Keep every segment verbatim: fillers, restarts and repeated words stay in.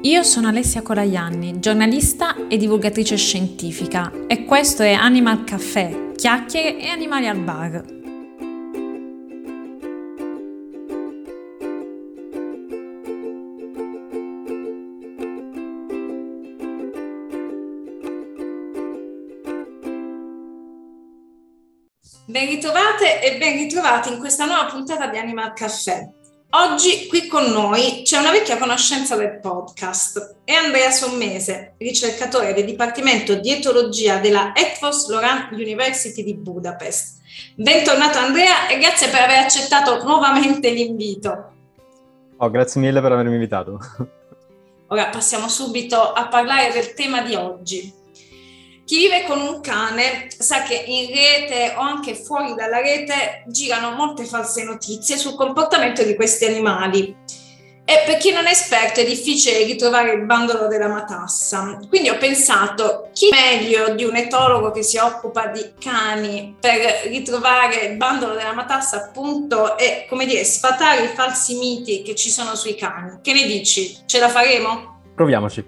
Io sono Alessia Colajanni, giornalista e divulgatrice scientifica e questo è Animal Café, chiacchiere e animali al bar. Ben ritrovate e ben ritrovati in questa nuova puntata di Animal Café. Oggi qui con noi c'è una vecchia conoscenza del podcast, è Andrea Sommese, ricercatore del Dipartimento di Etologia della Eötvös Loránd University di Budapest. Bentornato Andrea e grazie per aver accettato nuovamente l'invito. Oh, grazie mille per avermi invitato. Ora passiamo subito a parlare del tema di oggi. Chi vive con un cane sa che in rete o anche fuori dalla rete girano molte false notizie sul comportamento di questi animali e per chi non è esperto è difficile ritrovare il bandolo della matassa. Quindi ho pensato, chi meglio di un etologo che si occupa di cani per ritrovare il bandolo della matassa appunto e, come dire, sfatare i falsi miti che ci sono sui cani. Che ne dici? Ce la faremo? Proviamoci.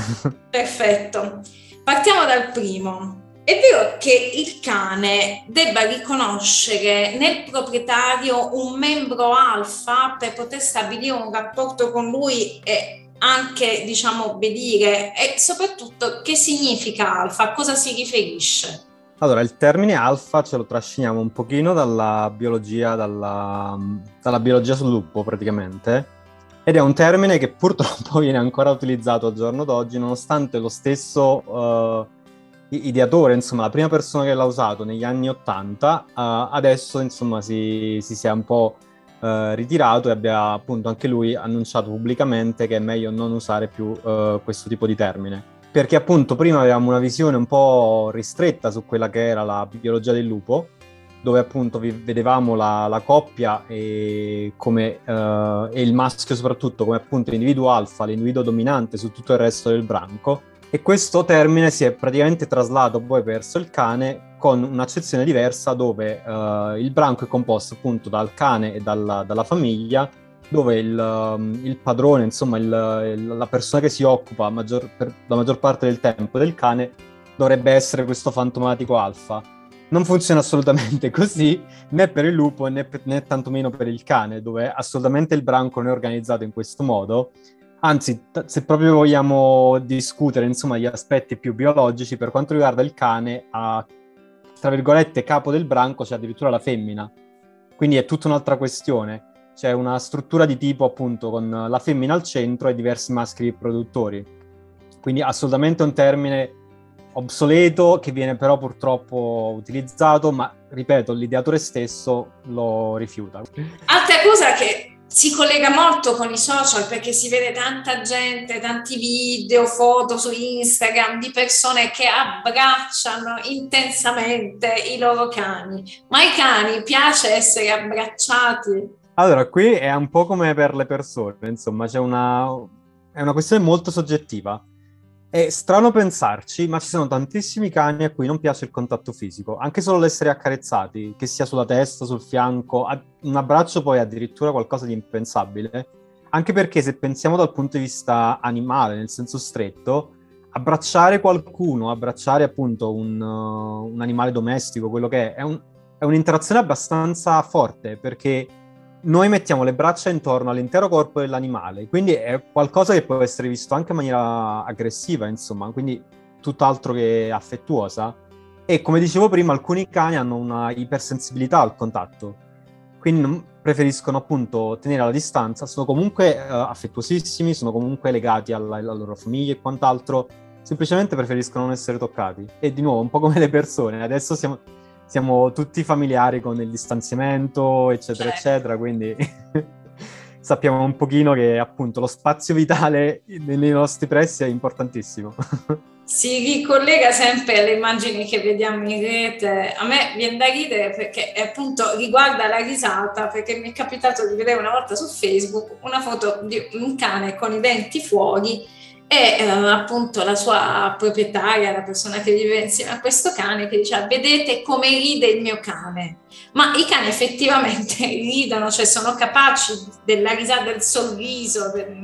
Perfetto. Partiamo dal primo. È vero che il cane debba riconoscere nel proprietario un membro alfa per poter stabilire un rapporto con lui e anche, diciamo, obbedire? E soprattutto, che significa alfa? A cosa si riferisce? Allora, il termine alfa ce lo trasciniamo un pochino dalla biologia, dalla, dalla biologia sul lupo praticamente. Ed è un termine che purtroppo viene ancora utilizzato al giorno d'oggi, nonostante lo stesso uh, ideatore, insomma, la prima persona che l'ha usato negli anni Ottanta, uh, adesso, insomma, si, si sia un po' uh, ritirato e abbia appunto anche lui annunciato pubblicamente che è meglio non usare più uh, questo tipo di termine. Perché appunto prima avevamo una visione un po' ristretta su quella che era la biologia del lupo, dove appunto vedevamo la, la coppia e, come, uh, e il maschio soprattutto come appunto l'individuo alfa, l'individuo dominante su tutto il resto del branco, e questo termine si è praticamente traslato poi verso il cane con un'accezione diversa dove uh, il branco è composto appunto dal cane e dalla, dalla famiglia, dove il, um, il padrone, insomma il, il, la persona che si occupa maggior, per la maggior parte del tempo del cane dovrebbe essere questo fantomatico alfa. Non funziona assolutamente così, né per il lupo né, per, né tantomeno per il cane, dove assolutamente il branco non è organizzato in questo modo. Anzi, t- se proprio vogliamo discutere, insomma, gli aspetti più biologici, per quanto riguarda il cane, a, tra virgolette, capo del branco c'è addirittura la femmina. Quindi è tutta un'altra questione. C'è una struttura di tipo, appunto, con la femmina al centro e diversi maschi riproduttori. Quindi assolutamente un termine obsoleto, che viene però purtroppo utilizzato, ma ripeto, l'ideatore stesso lo rifiuta. Altra cosa che si collega molto con i social, perché si vede tanta gente, tanti video, foto su Instagram di persone che abbracciano intensamente i loro cani. Ma ai cani piace essere abbracciati? Allora, qui è un po' come per le persone, insomma, c'è una, è una questione molto soggettiva. È strano pensarci, ma ci sono tantissimi cani a cui non piace il contatto fisico, anche solo l'essere accarezzati, che sia sulla testa, sul fianco, un abbraccio poi è addirittura qualcosa di impensabile, anche perché se pensiamo dal punto di vista animale, nel senso stretto, abbracciare qualcuno, abbracciare appunto un, uh, un animale domestico, quello che è, è, un, è un'interazione abbastanza forte, perché noi mettiamo le braccia intorno all'intero corpo dell'animale, quindi è qualcosa che può essere visto anche in maniera aggressiva, insomma, quindi tutt'altro che affettuosa. E come dicevo prima, alcuni cani hanno una ipersensibilità al contatto, quindi non, preferiscono appunto tenere la distanza, sono comunque uh, affettuosissimi, sono comunque legati alla, alla loro famiglia e quant'altro, semplicemente preferiscono non essere toccati. E di nuovo, un po' come le persone, adesso siamo... siamo tutti familiari con il distanziamento, eccetera, certo. eccetera, quindi sappiamo un pochino che appunto lo spazio vitale nei nostri pressi è importantissimo. Si ricollega sempre alle immagini che vediamo in rete. A me viene da ridere perché appunto riguarda la risata, perché mi è capitato di vedere una volta su Facebook una foto di un cane con i denti fuori e eh, appunto la sua proprietaria, la persona che vive insieme a questo cane, che diceva: vedete come ride il mio cane. Ma i cani effettivamente ridono, cioè sono capaci della risata, del sorriso, del,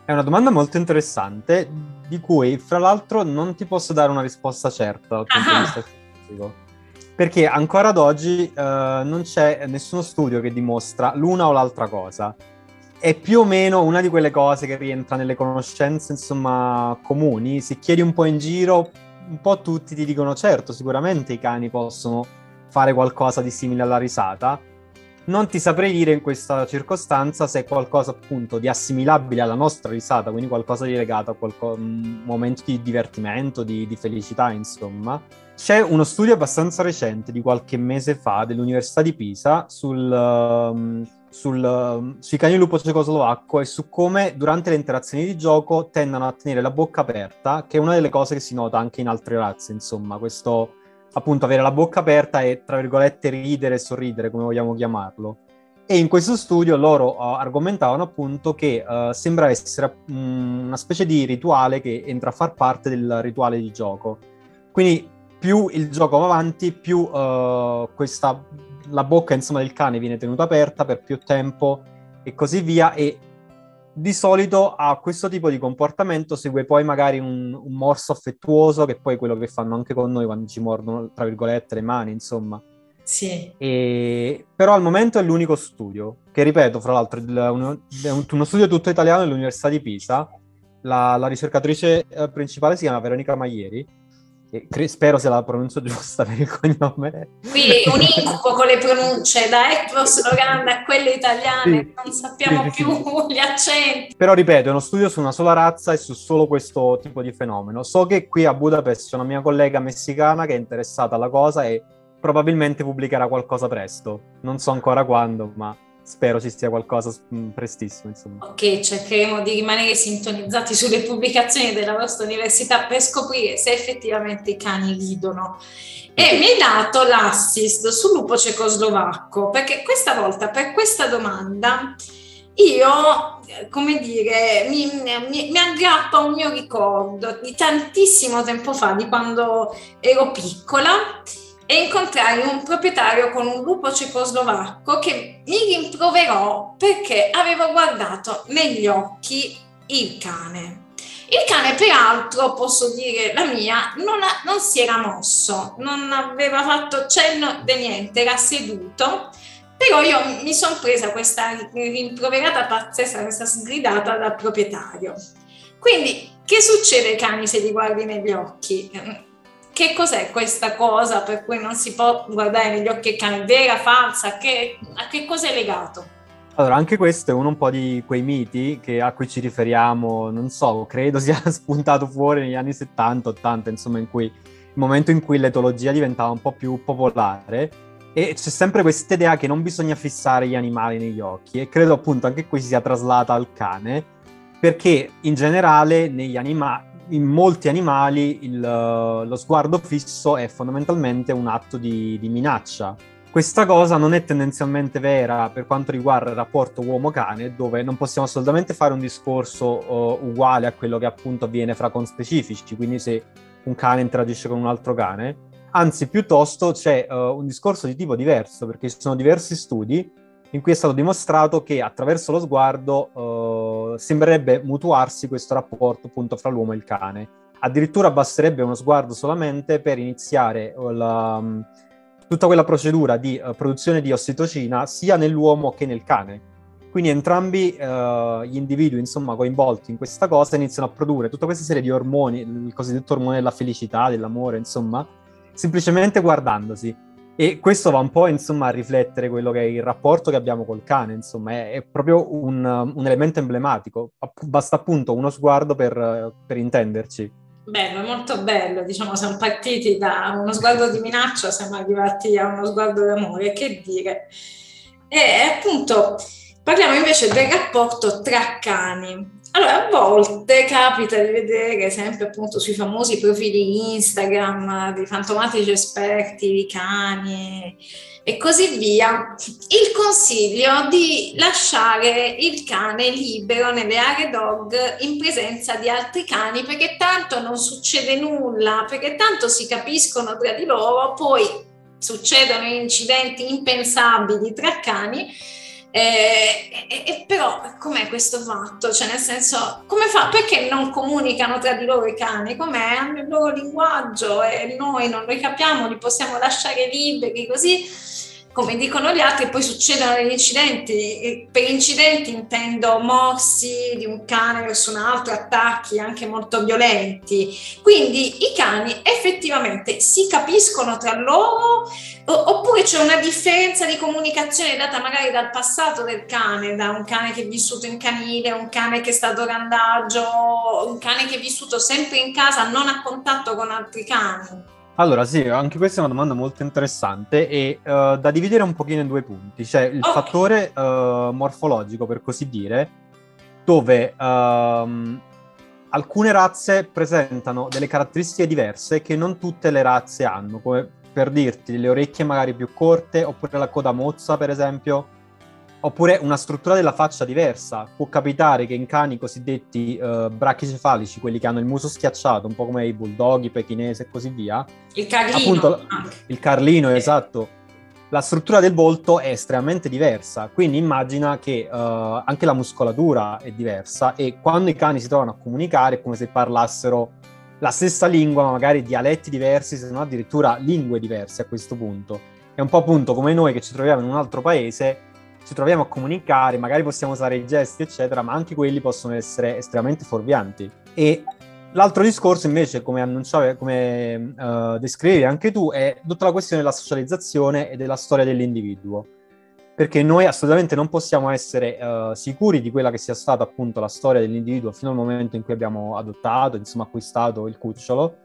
È una domanda molto interessante, di cui fra l'altro non ti posso dare una risposta certa dal punto di vista scientifico, perché ancora ad oggi eh, non c'è nessuno studio che dimostra l'una o l'altra cosa. È più o meno una di quelle cose che rientra nelle conoscenze, insomma, comuni. Se chiedi un po' in giro, un po' tutti ti dicono certo, sicuramente i cani possono fare qualcosa di simile alla risata. Non ti saprei dire in questa circostanza se è qualcosa appunto di assimilabile alla nostra risata, quindi qualcosa di legato a qualco- un momento di divertimento, di, di felicità, insomma. C'è uno studio abbastanza recente, di qualche mese fa, dell'Università di Pisa, sul, um, sul, um, sui cani lupo cecoslovacco e su come durante le interazioni di gioco tendono a tenere la bocca aperta, che è una delle cose che si nota anche in altre razze, insomma, questo appunto avere la bocca aperta e, tra virgolette, ridere e sorridere, come vogliamo chiamarlo. E in questo studio loro uh, argomentavano appunto che uh, sembra essere um, una specie di rituale che entra a far parte del rituale di gioco. Quindi più il gioco va avanti, più uh, questa, la bocca, insomma, del cane viene tenuta aperta per più tempo e così via, e di solito a questo tipo di comportamento segue poi magari un, un morso affettuoso, che poi è quello che fanno anche con noi quando ci mordono, tra virgolette, le mani, insomma. Sì. E... Però al momento è l'unico studio, che ripeto, fra l'altro, il, uno, è un, uno studio tutto italiano dell'Università di Pisa. La, la ricercatrice eh, principale si chiama Veronica Maieri, e cre- spero sia la pronuncia giusta per il cognome. Qui un incubo con le pronunce, da etno-slogana a quelle italiane, Sì, non sappiamo sì, sì, più sì. gli accenti. Però ripeto, è uno studio su una sola razza e su solo questo tipo di fenomeno. So che qui a Budapest c'è una mia collega messicana che è interessata alla cosa e probabilmente pubblicherà qualcosa presto. Non so ancora quando, ma spero ci sia qualcosa mh, prestissimo, insomma. Ok, cercheremo di rimanere sintonizzati sulle pubblicazioni della vostra università per scoprire se effettivamente i cani ridono. E mi hai dato l'assist sul lupo cecoslovacco, perché questa volta per questa domanda io, come dire, mi, mi, mi aggrappa un mio ricordo di tantissimo tempo fa, di quando ero piccola, e incontrai un proprietario con un lupo cecoslovacco che mi rimproverò perché avevo guardato negli occhi il cane. Il cane, peraltro, posso dire la mia, non, ha, non si era mosso, non aveva fatto cenno di niente, era seduto. Però io mi sono presa questa rimproverata pazzesca, questa sgridata dal proprietario. Quindi, che succede ai cani se li guardi negli occhi? Che cos'è questa cosa per cui non si può guardare negli occhi il cane? Vera, falsa? Che, a che cosa è legato? Allora, anche questo è uno un po' di quei miti che, a cui ci riferiamo, non so, credo sia spuntato fuori negli anni settanta ottanta, insomma, in cui il momento in cui l'etologia diventava un po' più popolare. E c'è sempre questa idea che non bisogna fissare gli animali negli occhi, e credo appunto anche qui si sia traslata al cane, perché in generale negli anima- in molti animali il, lo sguardo fisso è fondamentalmente un atto di, di minaccia. Questa cosa non è tendenzialmente vera per quanto riguarda il rapporto uomo-cane, dove non possiamo assolutamente fare un discorso uh, uguale a quello che appunto avviene fra conspecifici, quindi se un cane interagisce con un altro cane. Anzi, piuttosto c'è uh, un discorso di tipo diverso, perché ci sono diversi studi in cui è stato dimostrato che attraverso lo sguardo uh, sembrerebbe mutuarsi questo rapporto appunto fra l'uomo e il cane. Addirittura basterebbe uno sguardo solamente per iniziare uh, la, um, tutta quella procedura di uh, produzione di ossitocina sia nell'uomo che nel cane. Quindi entrambi uh, gli individui, insomma, coinvolti in questa cosa iniziano a produrre tutta questa serie di ormoni, il cosiddetto ormone della felicità, dell'amore, insomma, semplicemente guardandosi. E questo va un po', insomma, a riflettere quello che è il rapporto che abbiamo col cane, insomma, è, è proprio un, un elemento emblematico. Basta appunto uno sguardo per, per intenderci. Bello, molto bello, diciamo, siamo partiti da uno sguardo di minaccia, siamo arrivati a uno sguardo d'amore, che dire. E appunto parliamo invece del rapporto tra cani. Allora, a volte capita di vedere, sempre appunto sui famosi profili Instagram di fantomatici esperti di cani e così via, il consiglio di lasciare il cane libero nelle aree dog in presenza di altri cani, perché tanto non succede nulla, perché tanto si capiscono tra di loro, poi succedono incidenti impensabili tra cani E, e, e però com'è questo fatto? Cioè nel senso, come fa? Perché non comunicano tra di loro i cani? Com'è? Hanno il loro linguaggio e noi non li capiamo, li possiamo lasciare liberi così come dicono gli altri, poi succedono degli incidenti. E per incidenti intendo morsi di un cane verso un altro, attacchi anche molto violenti. Quindi i cani effettivamente si capiscono tra loro, oppure c'è una differenza di comunicazione data magari dal passato del cane, da un cane che è vissuto in canile, un cane che è stato randaggio, un cane che è vissuto sempre in casa, non a contatto con altri cani? Allora sì, anche questa è una domanda molto interessante e uh, da dividere un pochino in due punti. C'è il Okay. fattore uh, morfologico, per così dire, dove uh, alcune razze presentano delle caratteristiche diverse che non tutte le razze hanno, come per dirti le orecchie magari più corte, oppure la coda mozza, per esempio, oppure una struttura della faccia diversa. Può capitare che in cani cosiddetti uh, brachicefalici, quelli che hanno il muso schiacciato, un po' come i bulldog, i pechinesi e così via, Il carlino. appunto Anche. il carlino, esatto, la struttura del volto è estremamente diversa, quindi immagina che uh, anche la muscolatura è diversa e quando i cani si trovano a comunicare è come se parlassero la stessa lingua, ma magari dialetti diversi, se non addirittura lingue diverse a questo punto. È un po' appunto come noi che ci troviamo in un altro paese, ci troviamo a comunicare, magari possiamo usare i gesti, eccetera, ma anche quelli possono essere estremamente fuorvianti. E l'altro discorso, invece, come annunciavi, come uh, descrivevi anche tu, è tutta la questione della socializzazione e della storia dell'individuo. Perché noi assolutamente non possiamo essere uh, sicuri di quella che sia stata appunto la storia dell'individuo fino al momento in cui abbiamo adottato, insomma, acquistato il cucciolo.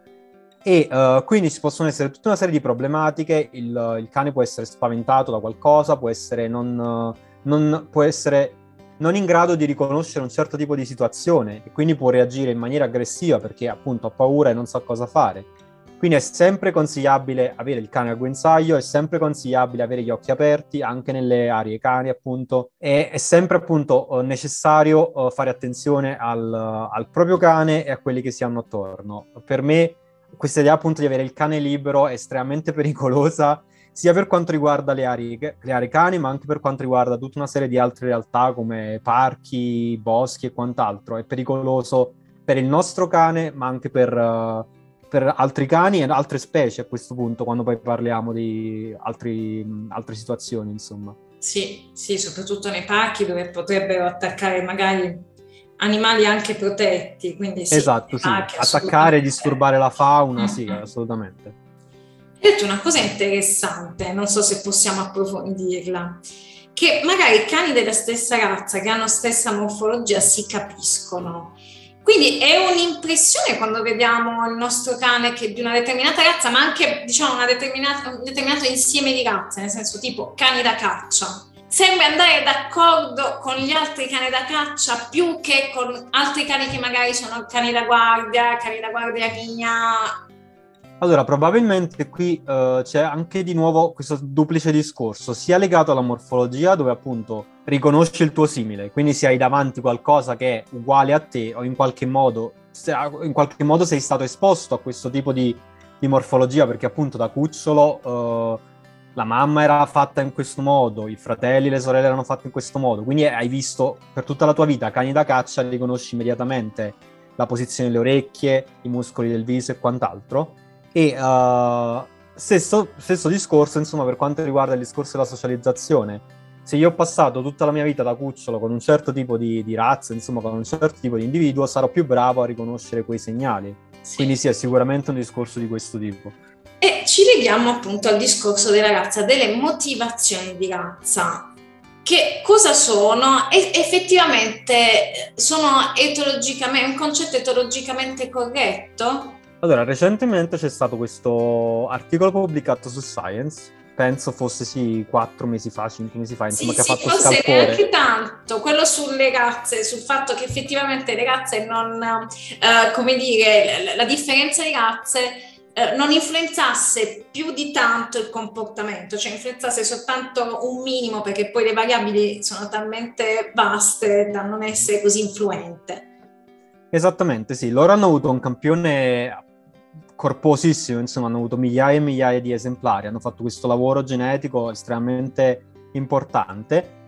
E uh, quindi ci possono essere tutta una serie di problematiche. Il, il cane può essere spaventato da qualcosa, può essere non, uh, non, può essere non in grado di riconoscere un certo tipo di situazione e quindi può reagire in maniera aggressiva perché appunto ha paura e non sa cosa fare. Quindi è sempre consigliabile avere il cane al guinzaglio, è sempre consigliabile avere gli occhi aperti anche nelle aree cani, appunto, e è sempre appunto necessario uh, fare attenzione al, al proprio cane e a quelli che si hanno attorno. Per me questa idea appunto di avere il cane libero è estremamente pericolosa, sia per quanto riguarda le aree, le aree cani, ma anche per quanto riguarda tutta una serie di altre realtà come parchi, boschi e quant'altro. È pericoloso per il nostro cane, ma anche per, uh, per altri cani e altre specie a questo punto, quando poi parliamo di altri, altre situazioni, insomma. Sì, sì, soprattutto nei parchi dove potrebbero attaccare magari animali anche protetti, quindi sì. Esatto, sì. Attaccare e disturbare la fauna, mm-hmm. Sì, assolutamente. Hai detto una cosa interessante, non so se possiamo approfondirla, che magari cani della stessa razza, che hanno stessa morfologia, si capiscono. Quindi è un'impressione quando vediamo il nostro cane che è di una determinata razza, ma anche diciamo una determinata, un determinato insieme di razze, nel senso tipo cani da caccia. Sembra andare d'accordo con gli altri cani da caccia più che con altri cani che magari sono cani da guardia, cani da guardiaria. Allora, probabilmente qui uh, c'è anche di nuovo questo duplice discorso, sia legato alla morfologia, dove appunto riconosci il tuo simile, quindi se hai davanti qualcosa che è uguale a te o in qualche modo, in qualche modo sei stato esposto a questo tipo di, di morfologia, perché appunto da cucciolo uh, la mamma era fatta in questo modo, i fratelli, le sorelle erano fatti in questo modo, quindi hai visto per tutta la tua vita cani da caccia, riconosci immediatamente la posizione delle orecchie, i muscoli del viso e quant'altro. E uh, stesso, stesso discorso, insomma, per quanto riguarda il discorso della socializzazione. Se io ho passato tutta la mia vita da cucciolo con un certo tipo di, di razza, insomma, con un certo tipo di individuo, sarò più bravo a riconoscere quei segnali. Sì. Quindi sì, è sicuramente un discorso di questo tipo. E ci leghiamo appunto al discorso della razza, delle motivazioni di razza. Che cosa sono? E effettivamente sono etologicamente, un concetto etologicamente corretto? Allora, recentemente c'è stato questo articolo pubblicato su Science, penso fosse sì quattro mesi fa, cinque mesi fa, insomma, sì, che sì, ha fatto forse scalpore. Neanche tanto, quello sulle razze, sul fatto che effettivamente le razze non, eh, come dire, la, la differenza di razze eh, non influenzasse più di tanto il comportamento, cioè influenzasse soltanto un minimo, perché poi le variabili sono talmente vaste da non essere così influente. Esattamente, sì. Loro hanno avuto un campione corposissimo, insomma, hanno avuto migliaia e migliaia di esemplari, hanno fatto questo lavoro genetico estremamente importante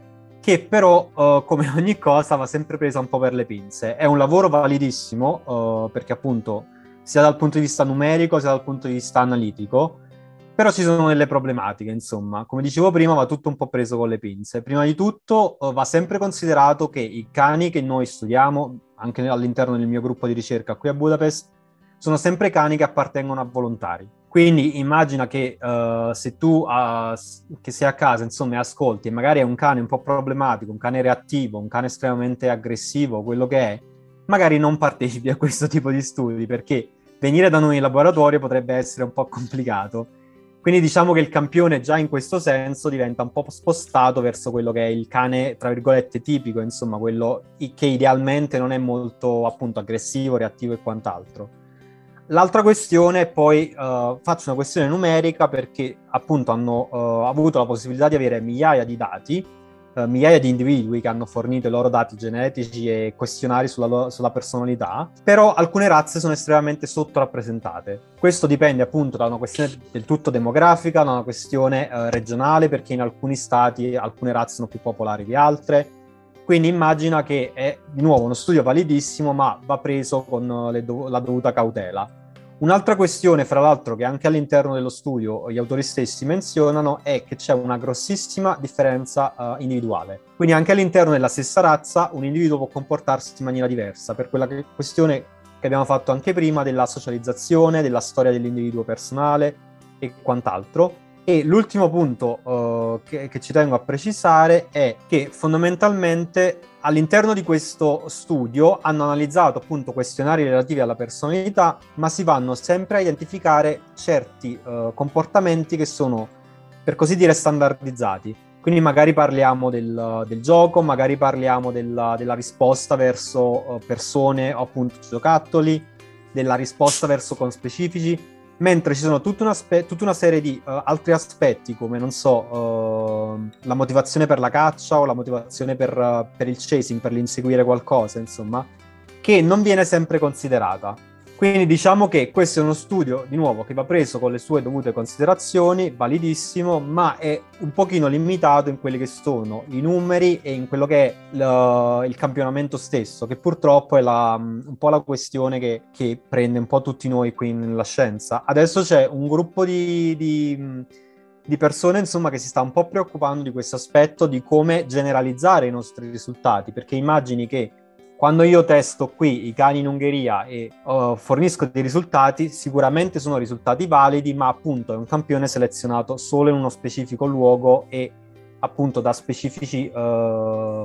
che però, uh, come ogni cosa, va sempre presa un po' per le pinze. È un lavoro validissimo, uh, perché appunto, sia dal punto di vista numerico, sia dal punto di vista analitico, però ci sono delle problematiche, insomma. Come dicevo prima, va tutto un po' preso con le pinze. Prima di tutto, uh, va sempre considerato che i cani che noi studiamo, anche all'interno del mio gruppo di ricerca qui a Budapest, sono sempre cani che appartengono a volontari. Quindi immagina che uh, se tu uh, che sei a casa, insomma, e ascolti, e magari è un cane un po' problematico, un cane reattivo, un cane estremamente aggressivo, quello che è, magari non partecipi a questo tipo di studi, perché venire da noi in laboratorio potrebbe essere un po' complicato. Quindi diciamo che il campione già in questo senso diventa un po' spostato verso quello che è il cane, tra virgolette, tipico, insomma, quello che idealmente non è molto, appunto, aggressivo, reattivo e quant'altro. L'altra questione, poi uh, faccio una questione numerica perché appunto hanno uh, avuto la possibilità di avere migliaia di dati, uh, migliaia di individui che hanno fornito i loro dati genetici e questionari sulla, lo- sulla personalità, però alcune razze sono estremamente sottorappresentate. Questo dipende appunto da una questione del tutto demografica, da una questione uh, regionale, perché in alcuni stati alcune razze sono più popolari di altre. Quindi immagina che è di nuovo uno studio validissimo, ma va preso con le do- la dovuta cautela. Un'altra questione, fra l'altro, che anche all'interno dello studio gli autori stessi menzionano è che c'è una grossissima differenza uh, individuale. Quindi anche all'interno della stessa razza un individuo può comportarsi in maniera diversa, per quella che- questione che abbiamo fatto anche prima della socializzazione, della storia dell'individuo personale e quant'altro. E l'ultimo punto uh, che, che ci tengo a precisare è che fondamentalmente all'interno di questo studio hanno analizzato appunto questionari relativi alla personalità, ma si vanno sempre a identificare certi uh, comportamenti che sono, per così dire, standardizzati. Quindi magari parliamo del, del gioco, magari parliamo della, della risposta verso uh, persone o appunto giocattoli, della risposta verso conspecifici, mentre ci sono tutta una, spe- tutta una serie di uh, altri aspetti, come, non so, uh, la motivazione per la caccia o la motivazione per, uh, per il chasing, per l'inseguire qualcosa, insomma, che non viene sempre considerata. Quindi diciamo che questo è uno studio, di nuovo, che va preso con le sue dovute considerazioni, validissimo, ma è un pochino limitato in quelli che sono i numeri e in quello che è l- il campionamento stesso, che purtroppo è la, un po' la questione che, che prende un po' tutti noi qui nella scienza. Adesso c'è un gruppo di, di, di persone, insomma, che si sta un po' preoccupando di questo aspetto, di come generalizzare i nostri risultati, perché immagini che quando io testo qui i cani in Ungheria e uh, fornisco dei risultati, sicuramente sono risultati validi, ma appunto è un campione selezionato solo in uno specifico luogo e appunto da specifici, uh,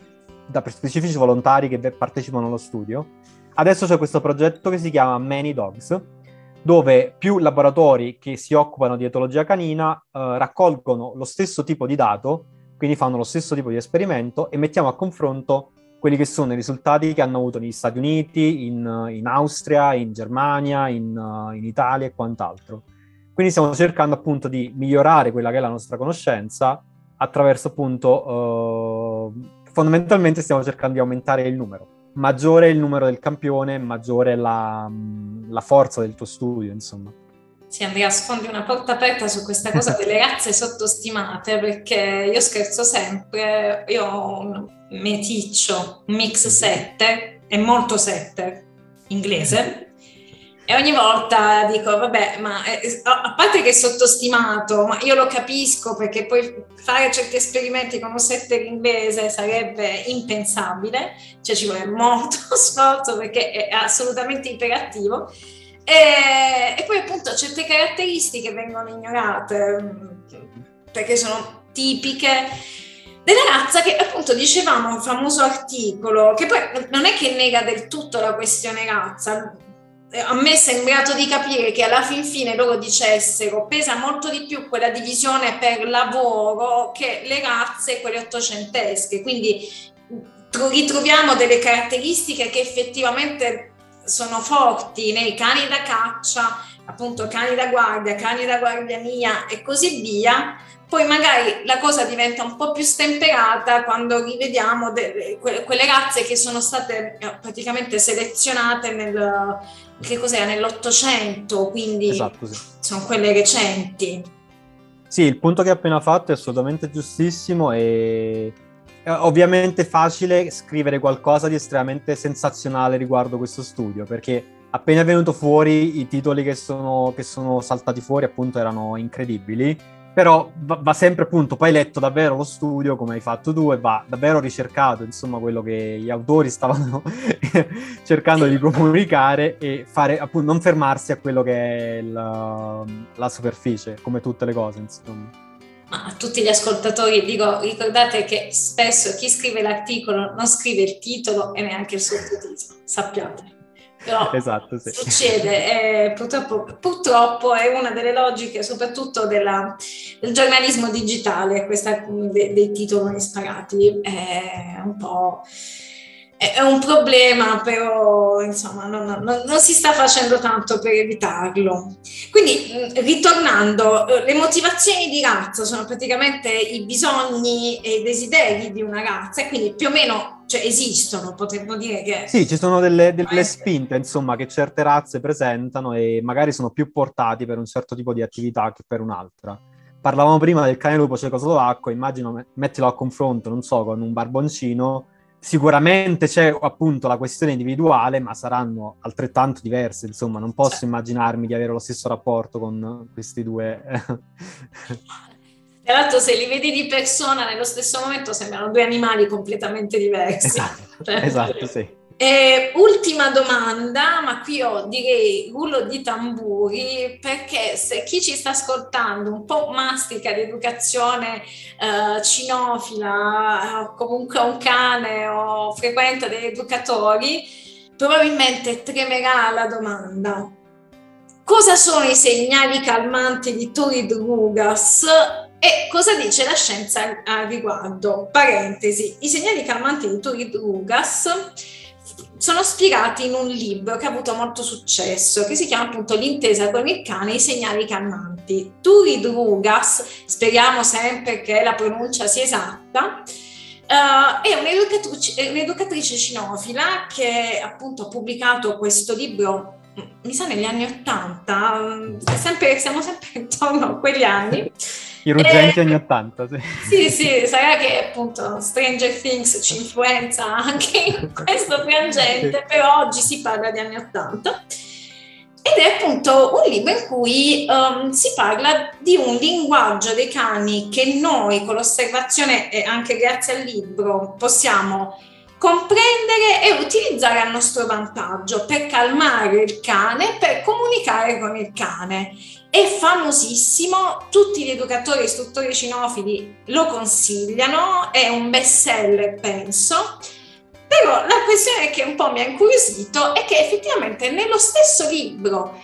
da specifici volontari che partecipano allo studio. Adesso c'è questo progetto che si chiama Many Dogs, dove più laboratori che si occupano di etologia canina uh, raccolgono lo stesso tipo di dato, quindi fanno lo stesso tipo di esperimento e mettiamo a confronto quelli che sono i risultati che hanno avuto negli Stati Uniti, in, in Austria, in Germania, in, uh, in Italia e quant'altro. Quindi stiamo cercando appunto di migliorare quella che è la nostra conoscenza attraverso appunto, uh, fondamentalmente stiamo cercando di aumentare il numero. Maggiore il numero del campione, maggiore la, la forza del tuo studio, insomma. Sì, Andrea, sfondi una porta aperta su questa cosa delle razze sottostimate, perché io scherzo sempre, io ho un meticcio, un mix setter, è molto setter, inglese, e ogni volta dico, vabbè, ma eh, a parte che è sottostimato, ma io lo capisco, perché poi fare certi esperimenti con un setter inglese sarebbe impensabile, cioè ci vuole molto sforzo perché è assolutamente iperattivo. E, e poi appunto certe caratteristiche vengono ignorate perché sono tipiche della razza, che appunto dicevamo un famoso articolo che poi non è che nega del tutto la questione razza. A me è sembrato di capire che alla fin fine loro dicessero pesa molto di più quella divisione per lavoro che le razze, quelle ottocentesche, quindi ritroviamo delle caratteristiche che effettivamente sono forti nei cani da caccia, appunto cani da guardia, cani da guardiania e così via. Poi magari la cosa diventa un po' più stemperata quando rivediamo de- que- quelle razze che sono state praticamente selezionate nel, che cos'era, nell'Ottocento, quindi Esatto, sì. Sono quelle recenti. Sì, il punto che hai appena fatto è assolutamente giustissimo e è ovviamente facile scrivere qualcosa di estremamente sensazionale riguardo questo studio, perché appena è venuto fuori i titoli che sono, che sono saltati fuori appunto erano incredibili, però va, va sempre appunto poi letto davvero lo studio come hai fatto tu e va davvero ricercato insomma quello che gli autori stavano cercando di comunicare e fare appunto non fermarsi a quello che è la, la superficie, come tutte le cose insomma. A tutti gli ascoltatori dico, ricordate che spesso chi scrive l'articolo non scrive il titolo e neanche il sottotitolo, sappiate. Però esatto, sì. Succede, eh, purtroppo, purtroppo è una delle logiche soprattutto della, del giornalismo digitale, questa de, dei titoli sparati, è un po'... è un problema, però insomma non, non, non si sta facendo tanto per evitarlo. Quindi ritornando, le motivazioni di razza sono praticamente i bisogni e i desideri di una razza e quindi più o meno cioè, esistono, potremmo dire che... Sì, ci sono delle, delle spinte insomma che certe razze presentano e magari sono più portati per un certo tipo di attività che per un'altra. Parlavamo prima del cane lupo cecoslovacco, immagino, mettilo a confronto, non so, con un barboncino. Sicuramente c'è appunto la questione individuale, ma saranno altrettanto diverse, insomma, non posso immaginarmi di avere lo stesso rapporto con questi due. Tra l'altro se li vedi di persona nello stesso momento sembrano due animali completamente diversi. Esatto, cioè, esatto sì. Eh, ultima domanda, ma qui io direi rullo di tamburi, perché se chi ci sta ascoltando un po' mastica di educazione eh, cinofila o comunque un cane o frequenta degli educatori, probabilmente tremerà la domanda: cosa sono i segnali calmanti di Turi-Drugas e cosa dice la scienza al riguardo? Parentesi, i segnali calmanti di Turi-Drugas sono spiegati in un libro che ha avuto molto successo, che si chiama appunto L'intesa con il cane, i segnali calmanti. Turi-Drugas, speriamo sempre che la pronuncia sia esatta, uh, è un'educatrice, un'educatrice cinofila che appunto ha pubblicato questo libro, mi sa negli anni Ottanta, sempre, siamo sempre intorno a quegli anni. I ruggenti eh, anni Ottanta, sì. Sì, sì, sarà che appunto Stranger Things ci influenza anche in questo frangente, però oggi si parla di anni Ottanta. Ed è appunto un libro in cui um, si parla di un linguaggio dei cani che noi con l'osservazione e anche grazie al libro possiamo comprendere e utilizzare a nostro vantaggio per calmare il cane, per comunicare con il cane. È famosissimo, tutti gli educatori e istruttori cinofili lo consigliano, è un best seller penso, però la questione che un po' mi ha incuriosito è che effettivamente nello stesso libro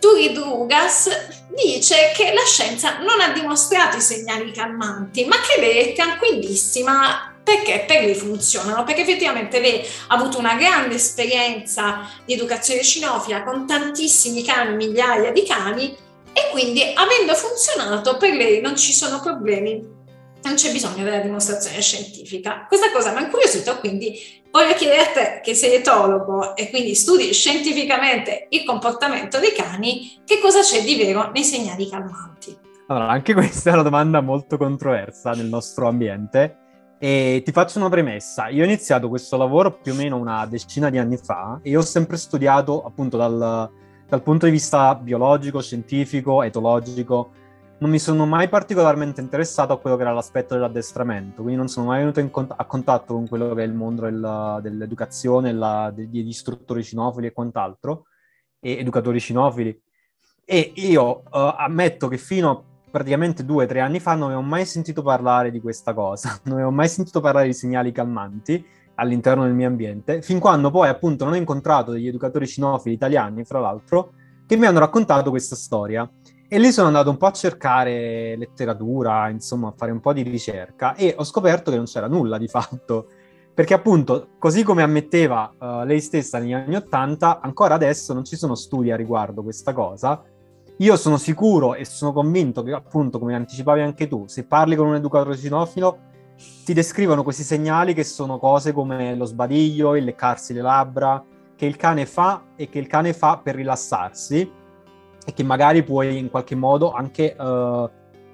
Turi-Drugas dice che la scienza non ha dimostrato i segnali calmanti, ma che lei è tranquillissima perché per lei funzionano, perché effettivamente lei ha avuto una grande esperienza di educazione cinofila con tantissimi cani, migliaia di cani, e quindi avendo funzionato per lei non ci sono problemi, non c'è bisogno della dimostrazione scientifica. Questa cosa mi ha incuriosito, quindi voglio chiedere a te che sei etologo e quindi studi scientificamente il comportamento dei cani, che cosa c'è di vero nei segnali calmanti? Allora, anche questa è una domanda molto controversa nel nostro ambiente e ti faccio una premessa. Io ho iniziato questo lavoro più o meno una decina di anni fa e ho sempre studiato appunto dal, dal punto di vista biologico, scientifico, etologico. Non mi sono mai particolarmente interessato a quello che era l'aspetto dell'addestramento, quindi non sono mai venuto in cont- a contatto con quello che è il mondo del, dell'educazione, la, degli istruttori cinofili e quant'altro, e educatori cinofili. E io uh, ammetto che fino a praticamente due o tre anni fa non avevo mai sentito parlare di questa cosa, non avevo mai sentito parlare di segnali calmanti all'interno del mio ambiente, fin quando poi appunto non ho incontrato degli educatori cinofili italiani, fra l'altro, che mi hanno raccontato questa storia. E lì sono andato un po' a cercare letteratura, insomma, a fare un po' di ricerca e ho scoperto che non c'era nulla di fatto, perché appunto, così come ammetteva uh, lei stessa negli anni Ottanta, ancora adesso non ci sono studi a riguardo questa cosa. Io sono sicuro e sono convinto che appunto, come anticipavi anche tu, se parli con un educatore cinofilo, ti descrivono questi segnali che sono cose come lo sbadiglio, il leccarsi le labbra, che il cane fa e che il cane fa per rilassarsi, e che magari puoi in qualche modo anche uh,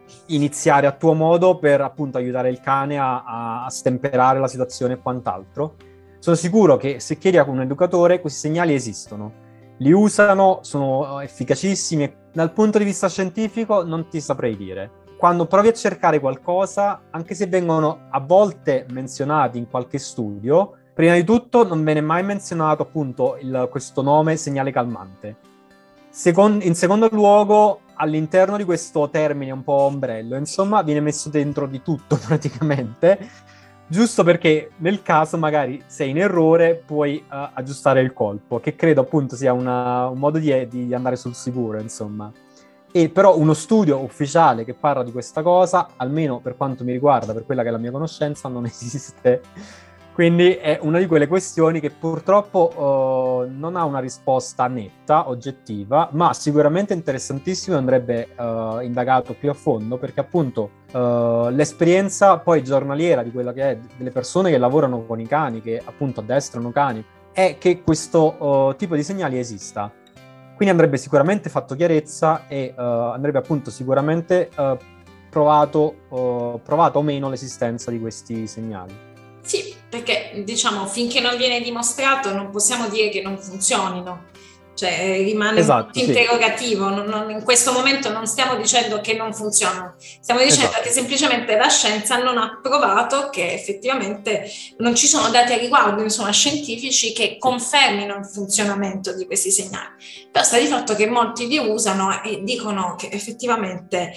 iniziare a tuo modo per appunto aiutare il cane a, a stemperare la situazione e quant'altro. Sono sicuro che se chiedi a un educatore questi segnali esistono, li usano, sono efficacissimi e dal punto di vista scientifico non ti saprei dire. Quando provi a cercare qualcosa, anche se vengono a volte menzionati in qualche studio, prima di tutto non viene mai menzionato appunto il, questo nome segnale calmante. Second, in secondo luogo, all'interno di questo termine un po' ombrello, insomma, viene messo dentro di tutto praticamente, giusto perché nel caso magari sei in errore puoi uh, aggiustare il colpo, che credo appunto sia una, un modo di, di andare sul sicuro, insomma. E però uno studio ufficiale che parla di questa cosa, almeno per quanto mi riguarda, per quella che è la mia conoscenza, non esiste. Quindi è una di quelle questioni che purtroppo uh, non ha una risposta netta, oggettiva, ma sicuramente interessantissimo e andrebbe uh, indagato più a fondo, perché appunto uh, l'esperienza poi giornaliera di quella che è delle persone che lavorano con i cani, che appunto addestrano cani, è che questo uh, tipo di segnali esista. Quindi andrebbe sicuramente fatto chiarezza e uh, andrebbe appunto sicuramente uh, provato, uh, provato o meno l'esistenza di questi segnali. Sì, perché diciamo finché non viene dimostrato non possiamo dire che non funzionino, cioè rimane esatto, un sì. interrogativo, non, non, in questo momento non stiamo dicendo che non funzionano, stiamo dicendo esatto. che semplicemente la scienza non ha provato che effettivamente non ci sono dati a riguardo, insomma, scientifici che confermino il funzionamento di questi segnali. Però sta di fatto che molti li usano e dicono che effettivamente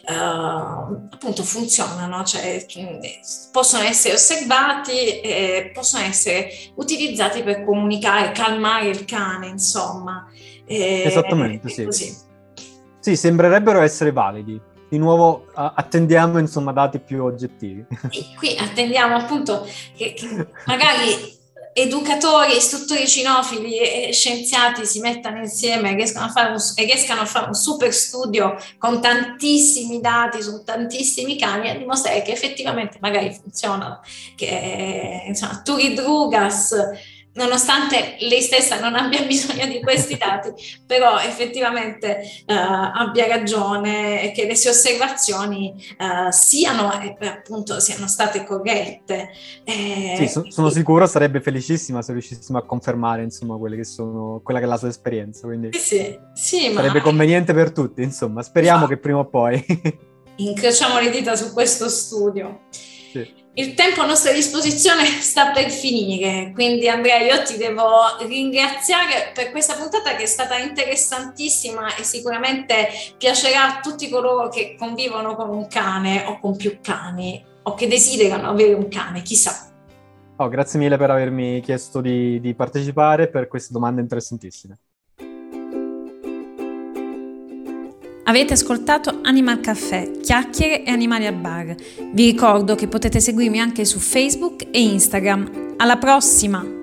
uh, appunto funzionano, cioè possono essere osservati e possono essere utilizzati per comunicare, calmare il cane, insomma. Eh, Esattamente, sì. Così. Sì, sembrerebbero essere validi. Di nuovo uh, attendiamo insomma dati più oggettivi. Sì, qui attendiamo appunto che, che magari educatori, istruttori cinofili e scienziati si mettano insieme e riescano a fare un, e riescano a fare un super studio con tantissimi dati su tantissimi cani a dimostrare che effettivamente magari funzionano, che insomma Turi Drugas, nonostante lei stessa non abbia bisogno di questi dati, però effettivamente uh, abbia ragione e che le sue osservazioni uh, siano eh, appunto siano state corrette. Eh, sì, so, sono sicuro, sarebbe felicissima se riuscissimo a confermare insomma quelle che sono, quella che è la sua esperienza, quindi sì, sì, sarebbe ma... conveniente per tutti, insomma, speriamo no. che prima o poi. Incrociamo le dita su questo studio. Sì. Il tempo a nostra disposizione sta per finire, quindi Andrea io ti devo ringraziare per questa puntata che è stata interessantissima e sicuramente piacerà a tutti coloro che convivono con un cane o con più cani o che desiderano avere un cane, chissà. Oh, grazie mille per avermi chiesto di, di partecipare per queste domande interessantissime. Avete ascoltato Animal Caffè, chiacchiere e animali al bar. Vi ricordo che potete seguirmi anche su Facebook e Instagram. Alla prossima!